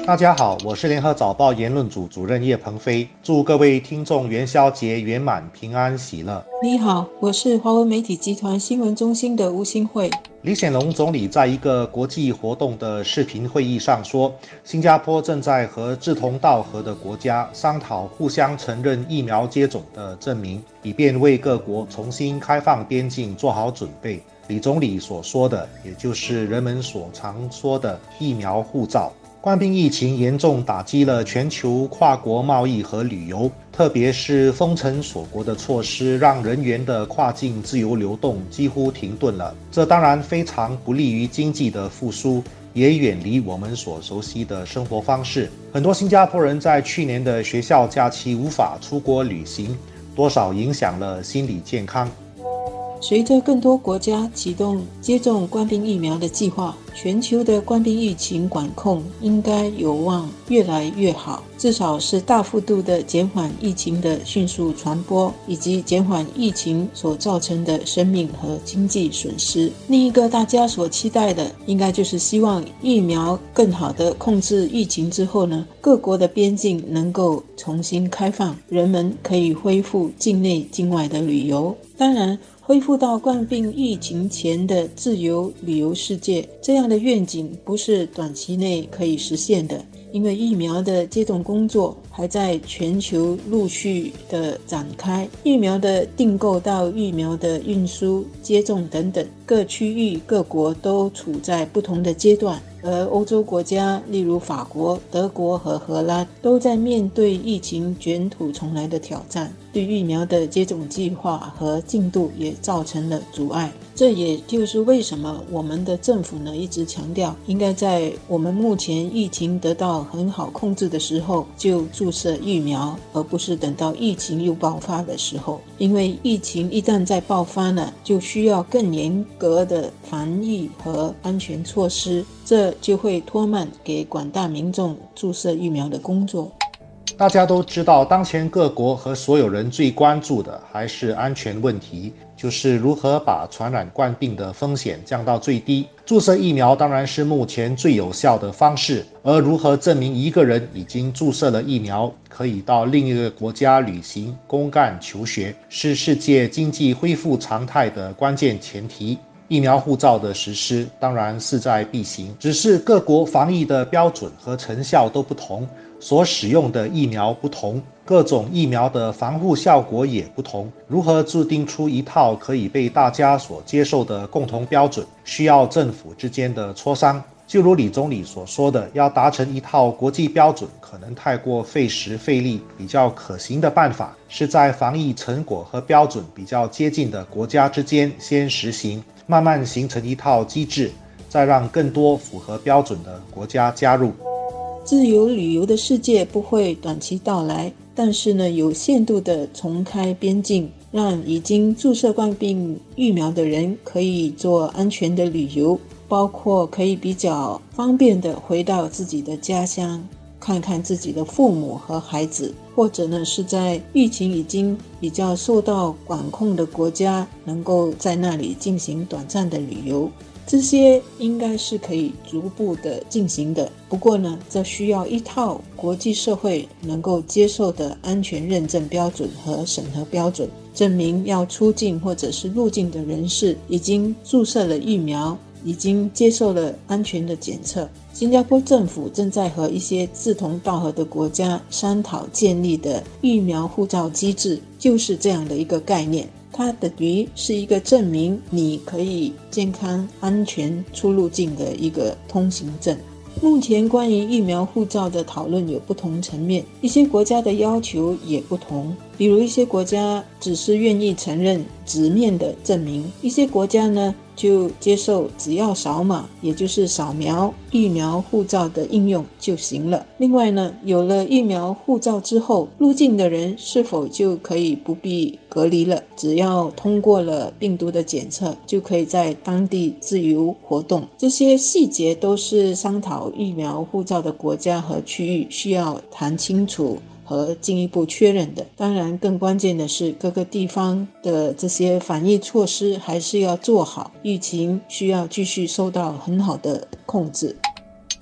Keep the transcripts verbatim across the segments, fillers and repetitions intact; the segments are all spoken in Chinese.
大家好，我是联合早报言论组主任叶鹏飞，祝各位听众元宵节圆满、平安喜乐。 你好，我是华文媒体集团新闻中心的吴新慧。 李显龙总理在一个国际活动的视频会议上说，新加坡正在和志同道合的国家商讨互相承认疫苗接种的证明，以便为各国重新开放边境做好准备。李总理所说的，也就是人们所常说的疫苗护照。冠病疫情严重打击了全球跨国贸易和旅游，特别是封城锁国的措施，让人员的跨境自由流动几乎停顿了。这当然非常不利于经济的复苏，也远离我们所熟悉的生活方式。很多新加坡人在去年的学校假期无法出国旅行，多少影响了心理健康。 随着更多国家启动接种冠病疫苗的计划，全球的冠病疫情管控应该有望越来越好，至少是大幅度的减缓疫情的迅速传播，以及减缓疫情所造成的生命和经济损失。另一个大家所期待的，应该就是希望疫苗更好的控制疫情之后呢，各国的边境能够重新开放，人们可以恢复境内境外的旅游。当然，恢复到冠病疫情前的自由旅游世界，这样的愿景不是短期内可以实现的，因为疫苗的接种工作还在全球陆续的展开，疫苗的订购到疫苗的运输、接种等等，各区域各国都处在不同的阶段。而欧洲国家，例如法国、德国和荷兰，都在面对疫情卷土重来的挑战，对疫苗的接种计划和进度也造成了阻碍。这也就是为什么我们的政府呢一直强调，应该在我们目前疫情得到很好控制的时候就注射疫苗，而不是等到疫情又爆发的时候。因为疫情一旦再爆发呢，就需要更严格的防疫和安全措施，这就会拖慢给广大民众注射疫苗的工作。 大家都知道，当前各国和所有人最关注的还是安全问题，就是如何把传染冠病的风险降到最低。注射疫苗当然是目前最有效的方式，而如何证明一个人已经注射了疫苗，可以到另一个国家旅行、公干、求学，是世界经济恢复常态的关键前提。疫苗护照的实施当然势在必行，只是各国防疫的标准和成效都不同，所使用的疫苗不同，各种疫苗的防护效果也不同。如何制定出一套可以被大家所接受的共同标准，需要政府之间的磋商。就如李总理所说的，要达成一套国际标准可能太过费时费力，比较可行的办法是在防疫成果和标准比较接近的国家之间先实行，慢慢形成一套机制，再让更多符合标准的国家加入。 自由旅游的世界不会短期到来，但是呢，有限度的重开边境，让已经注射冠病疫苗的人可以做安全的旅游，包括可以比较方便的回到自己的家乡，看看自己的父母和孩子，或者呢是在疫情已经比较受到管控的国家，能够在那里进行短暂的旅游。这些应该是可以逐步的进行的，不过呢，这需要一套国际社会能够接受的安全认证标准和审核标准，证明要出境或者是入境的人士已经注射了疫苗，已经接受了安全的检测。新加坡政府正在和一些志同道合的国家商讨建立的疫苗护照机制，就是这样的一个概念。它等于是一个证明你可以健康安全出入境的一个通行证。目前关于疫苗护照的讨论有不同层面，一些国家的要求也不同，比如一些国家只是愿意承认纸面的证明，一些国家呢就接受只要扫码，也就是扫描疫苗护照的应用就行了。另外呢，有了疫苗护照之后，入境的人是否就可以不必隔离了，只要通过了病毒的检测，就可以在当地自由活动。这些细节都是商讨疫苗护照的国家和区域需要谈清楚和进一步确认的。当然更关键的是，各个地方的这些防疫措施还是要做好，疫情需要继续受到很好的控制。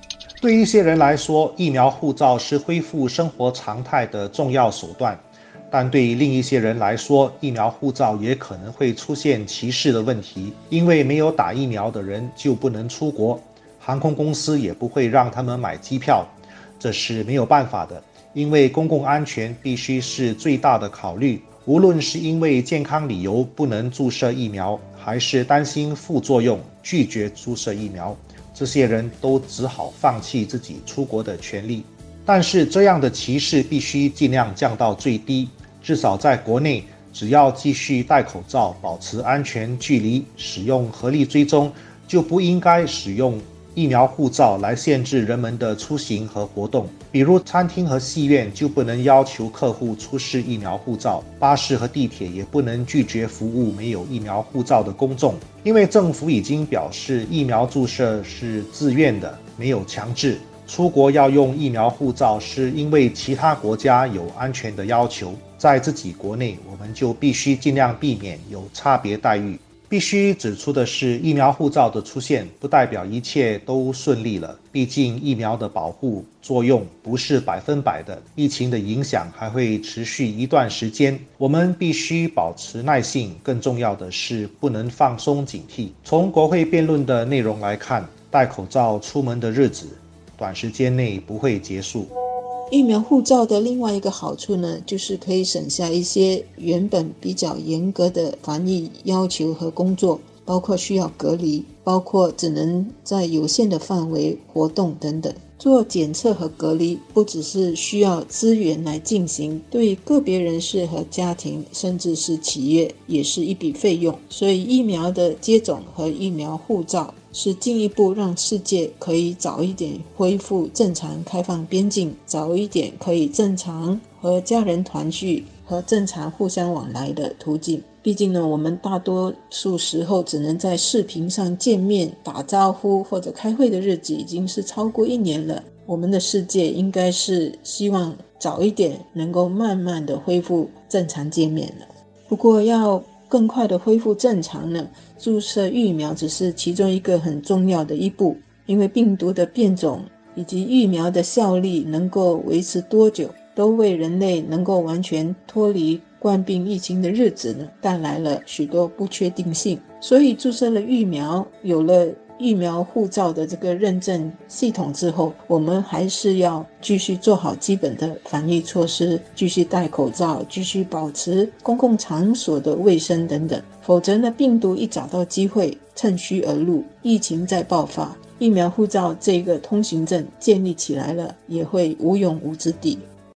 对一些人来说，疫苗护照是恢复生活常态的重要手段，但对于另一些人来说，疫苗护照也可能会出现歧视的问题，因为没有打疫苗的人就不能出国，航空公司也不会让他们买机票，这是没有办法的，因为公共安全必须是最大的考虑。无论是因为健康理由不能注射疫苗，还是担心副作用拒绝注射疫苗，这些人都只好放弃自己出国的权利。但是这样的歧视必须尽量降到最低，至少在国内，只要继续戴口罩，保持安全距离，使用合力追踪，就不应该使用疫苗护照来限制人们的出行和活动。比如餐厅和戏院就不能要求客户出示疫苗护照，巴士和地铁也不能拒绝服务没有疫苗护照的公众，因为政府已经表示疫苗注射是自愿的，没有强制。出国要用疫苗护照是因为其他国家有安全的要求，在自己国内我们就必须尽量避免有差别待遇。必须指出的是，疫苗护照的出现不代表一切都顺利了，毕竟疫苗的保护作用不是百分百的，疫情的影响还会持续一段时间，我们必须保持耐性，更重要的是不能放松警惕。从国会辩论的内容来看，戴口罩出门的日子短时间内不会结束。 疫苗护照的另外一个好处呢，就是可以省下一些原本比较严格的防疫要求和工作，包括需要隔离，包括只能在有限的范围活动等等。做检测和隔离不只是需要资源来进行，对个别人士和家庭甚至是企业也是一笔费用，所以疫苗的接种和疫苗护照是进一步让世界可以早一点恢复正常开放边境，早一点可以正常和家人团聚和正常互相往来的途径。毕竟呢，我们大多数时候只能在视频上见面打招呼或者开会的日子已经是超过一年了，我们的世界应该是希望早一点能够慢慢的恢复正常见面了。不过要更快的恢复正常呢，注射疫苗只是其中一个很重要的一步，因为病毒的变种以及疫苗的效力能够维持多久，都为人类能够完全脱离冠病疫情的日子呢带来了许多不确定性。所以注射了疫苗，有了疫苗护照的这个认证系统之后，我们还是要继续做好基本的防疫措施，继续戴口罩，继续保持公共场所的卫生等等，否则呢，病毒一找到机会趁虚而入，疫情再爆发，疫苗护照这个通行证建立起来了也会无用武之地。